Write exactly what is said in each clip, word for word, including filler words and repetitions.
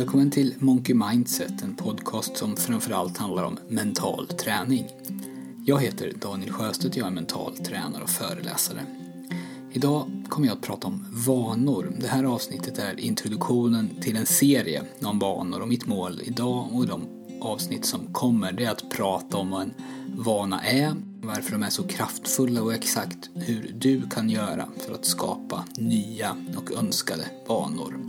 Välkommen till Monkey Mindset, en podcast som framförallt handlar om mental träning. Jag heter Daniel Sjöstedt, jag är mental tränare och föreläsare. Idag kommer jag att prata om vanor. Det här avsnittet är introduktionen till en serie om vanor, och mitt mål idag och de avsnitt som kommer det är att prata om vad en vana är, varför de är så kraftfulla och exakt hur du kan göra för att skapa nya och önskade vanor.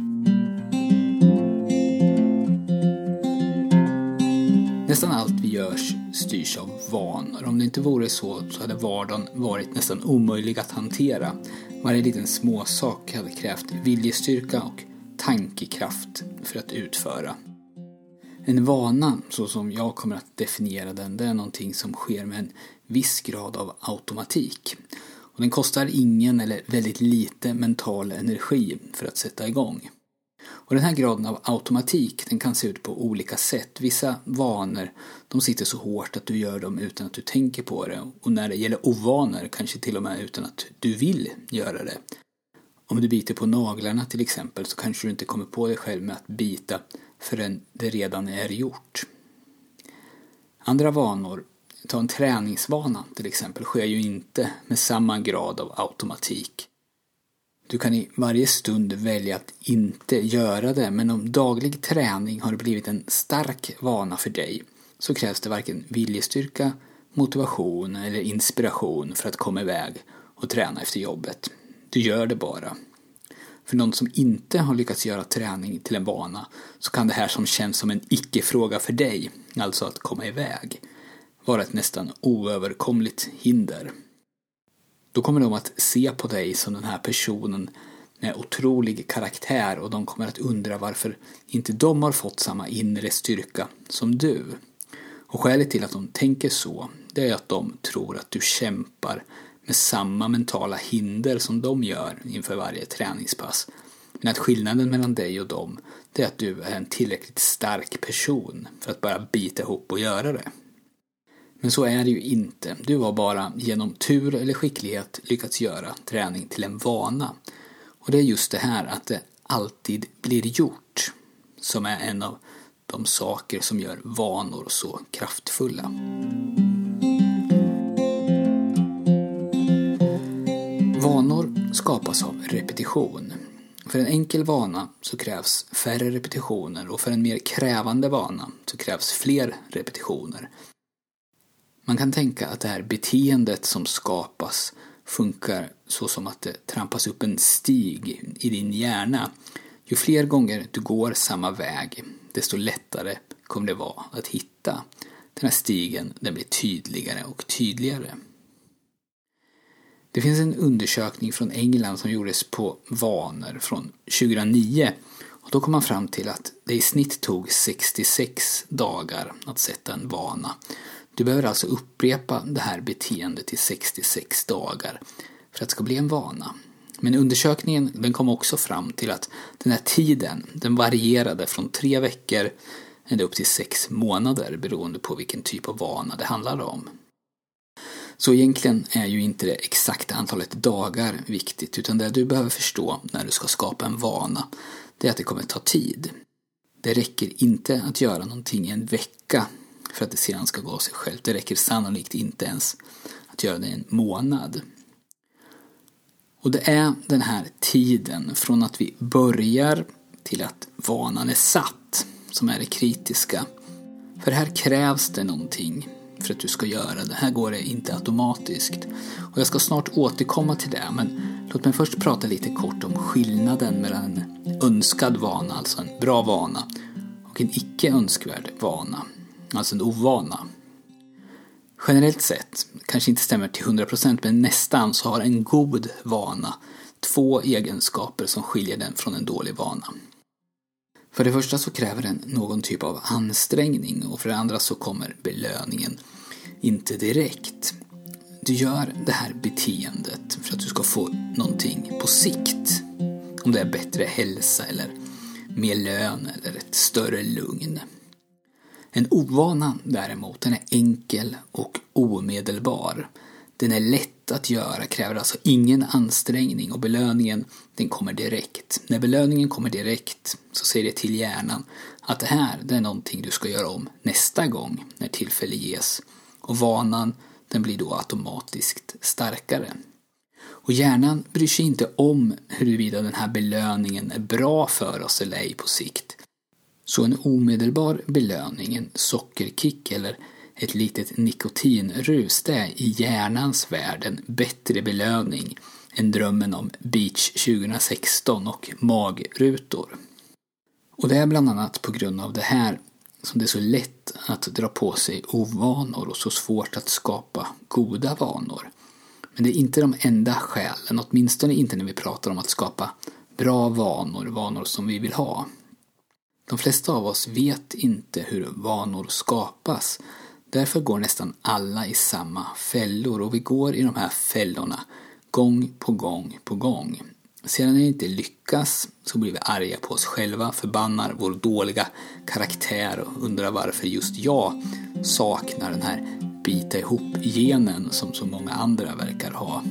Nästan allt vi gör styrs av vanor. Om det inte vore så så hade vardagen varit nästan omöjlig att hantera. Varje liten småsak hade krävt viljestyrka och tankekraft för att utföra. En vana, så som jag kommer att definiera den, det är någonting som sker med en viss grad av automatik. Och den kostar ingen eller väldigt lite mental energi för att sätta igång. Och den här graden av automatik, den kan se ut på olika sätt. Vissa vanor, de sitter så hårt att du gör dem utan att du tänker på det. Och när det gäller ovanor, kanske till och med utan att du vill göra det. Om du biter på naglarna till exempel, så kanske du inte kommer på dig själv med att bita förrän det redan är gjort. Andra vanor, ta en träningsvana till exempel, sker ju inte med samma grad av automatik. Du kan i varje stund välja att inte göra det, men om daglig träning har blivit en stark vana för dig så krävs det varken viljestyrka, motivation eller inspiration för att komma iväg och träna efter jobbet. Du gör det bara. För någon som inte har lyckats göra träning till en vana så kan det här som känns som en icke-fråga för dig, alltså att komma iväg, vara ett nästan oöverkomligt hinder. Då kommer de att se på dig som den här personen med otrolig karaktär, och de kommer att undra varför inte de har fått samma inre styrka som du. Och skälet till att de tänker så, det är att de tror att du kämpar med samma mentala hinder som de gör inför varje träningspass. Men att skillnaden mellan dig och dem, det är att du är en tillräckligt stark person för att bara bita ihop och göra det. Men så är det ju inte. Du har bara genom tur eller skicklighet lyckats göra träning till en vana. Och det är just det här att det alltid blir gjort som är en av de saker som gör vanor så kraftfulla. Vanor skapas av repetition. För en enkel vana så krävs färre repetitioner, och för en mer krävande vana så krävs fler repetitioner. Man kan tänka att det här beteendet som skapas funkar så som att det trampas upp en stig i din hjärna. Ju fler gånger du går samma väg, desto lättare kommer det vara att hitta. Den här stigen, den blir tydligare och tydligare. Det finns en undersökning från England som gjordes på vanor från tjugohundranio. Och då kom man fram till att det i snitt tog sextiosex dagar att sätta en vana. Du behöver alltså upprepa det här beteendet i sextiosex dagar för att det ska bli en vana. Men undersökningen, den kom också fram till att den här tiden, den varierade från tre veckor ända upp till sex månader beroende på vilken typ av vana det handlar om. Så egentligen är ju inte det exakta antalet dagar viktigt, utan det du behöver förstå när du ska skapa en vana, det är att det kommer ta tid. Det räcker inte att göra någonting i en vecka för att det sedan ska gå av sig själv. Det räcker sannolikt inte ens att göra det i en månad. Och det är den här tiden från att vi börjar till att vanan är satt som är det kritiska. För här krävs det någonting för att du ska göra det. Här går det inte automatiskt. Och jag ska snart återkomma till det, men låt mig först prata lite kort om skillnaden mellan en önskad vana, alltså en bra vana, och en icke önskvärd vana, alltså en ovana. Generellt sett, kanske inte stämmer till hundra procent, men nästan, så har en god vana två egenskaper som skiljer den från en dålig vana. För det första så kräver den någon typ av ansträngning, och för det andra så kommer belöningen inte direkt. Du gör det här beteendet för att du ska få någonting på sikt. Om det är bättre hälsa eller mer lön eller ett större lugn. En ovana däremot, den är enkel och omedelbar. Den är lätt lätt att göra, kräver alltså ingen ansträngning och belöningen den kommer direkt. När belöningen kommer direkt så säger det till hjärnan att det här det är någonting du ska göra om nästa gång när tillfälle ges. Och vanan den blir då automatiskt starkare. Och hjärnan bryr sig inte om huruvida den här belöningen är bra för oss eller ej på sikt. Så en omedelbar belöning, en sockerkick eller ett litet nikotinrus, det är i hjärnans värld en bättre belöning än drömmen om Beach tjugohundrasexton och magrutor. Och det är bland annat på grund av det här som det är så lätt att dra på sig ovanor och så svårt att skapa goda vanor. Men det är inte de enda skälen, åtminstone inte när vi pratar om att skapa bra vanor, vanor som vi vill ha. De flesta av oss vet inte hur vanor skapas. Därför går nästan alla i samma fällor och vi går i de här fällorna gång på gång på gång. Sedan när det inte lyckas så blir vi arga på oss själva, förbannar vår dåliga karaktär och undrar varför just jag saknar den här bita ihop-genen som så många andra verkar ha.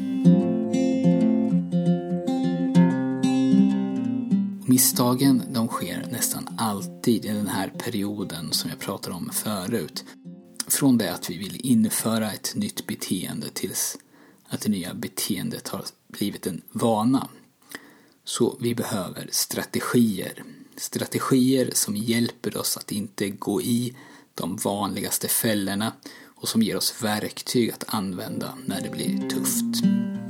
Misstagen de sker nästan alltid i den här perioden som jag pratade om förut. Från det att vi vill införa ett nytt beteende tills att det nya beteendet har blivit en vana. Så vi behöver strategier. Strategier som hjälper oss att inte gå i de vanligaste fällorna och som ger oss verktyg att använda när det blir tufft.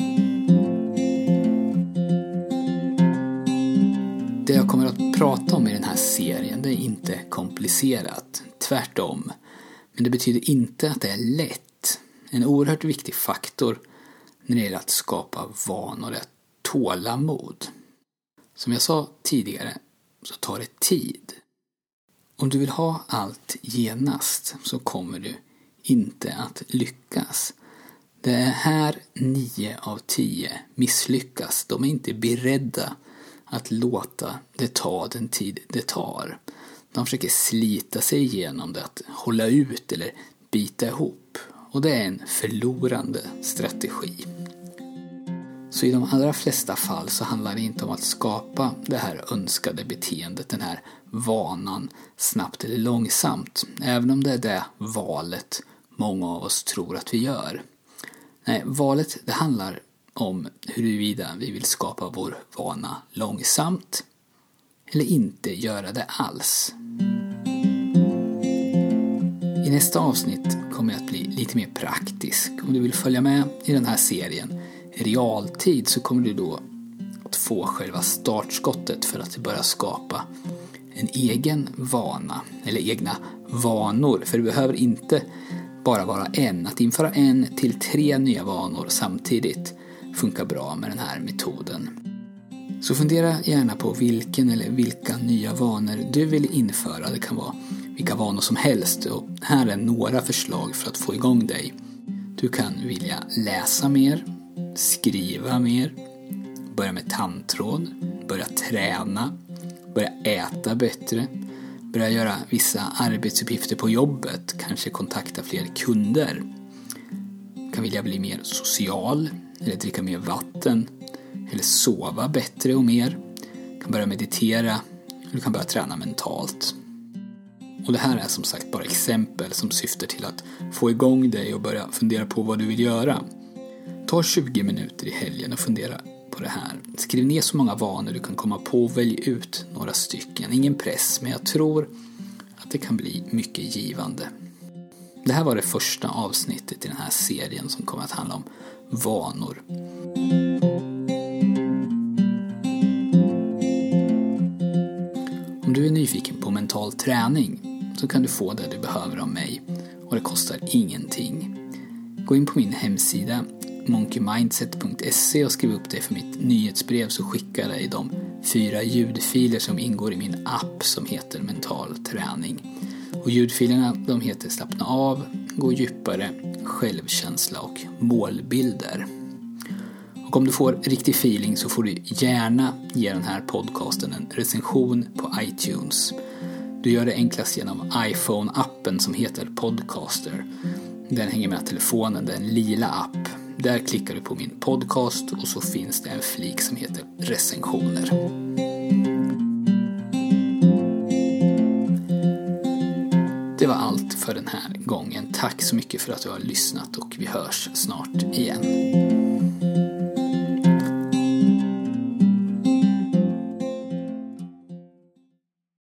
Det jag kommer att prata om i den här serien det är inte komplicerat, tvärtom. Men det betyder inte att det är lätt. En oerhört viktig faktor när det gäller att skapa vanor är tålamod. Som jag sa tidigare så tar det tid. Om du vill ha allt genast så kommer du inte att lyckas. Det är här nio av tio misslyckas. De är inte beredda att låta det ta den tid det tar. De försöker slita sig igenom det, att hålla ut eller bita ihop. Och det är en förlorande strategi. Så i de allra flesta fall så handlar det inte om att skapa det här önskade beteendet, den här vanan, snabbt eller långsamt. Även om det är det valet många av oss tror att vi gör. Nej, valet det handlar om huruvida vi vill skapa vår vana långsamt eller inte göra det alls. I nästa avsnitt kommer jag att bli lite mer praktisk. Om du vill följa med i den här serien i realtid så kommer du då att få själva startskottet för att börja skapa en egen vana eller egna vanor. För det behöver inte bara vara en. Att införa en till tre nya vanor samtidigt funkar bra med den här metoden. Så fundera gärna på vilken eller vilka nya vanor du vill införa. Det kan vara vilka vanor som helst. Och här är några förslag för att få igång dig. Du kan vilja läsa mer, skriva mer, börja med tandtråd, börja träna, börja äta bättre, börja göra vissa arbetsuppgifter på jobbet, kanske kontakta fler kunder. Du kan vilja bli mer social eller dricka mer vatten eller sova bättre och mer. Du kan börja meditera, du kan börja träna mentalt. Och det här är som sagt bara exempel som syftar till att få igång dig och börja fundera på vad du vill göra. Ta tjugo minuter i helgen och fundera på det här. Skriv ner så många vanor du kan komma på och välj ut några stycken. Ingen press, men jag tror att det kan bli mycket givande. Det här var det första avsnittet i den här serien som kommer att handla om vanor. Om du är nyfiken på mental träning så kan du få det du behöver av mig och det kostar ingenting. Gå in på min hemsida monkey mindset punkt se och skriv upp dig för mitt nyhetsbrev så skickar jag dig de fyra ljudfiler som ingår i min app som heter mental träning. Och ljudfilerna de heter slappna av, gå djupare, självkänsla och målbilder. Och om du får riktig feeling så får du gärna ge den här podcasten en recension på iTunes. Du gör det enklast genom iPhone-appen som heter Podcaster. Den hänger med telefonen, det är en lila app. Där klickar du på min podcast och så finns det en flik som heter recensioner. Det var allt för den här gången. Tack så mycket för att du har lyssnat och vi hörs snart igen.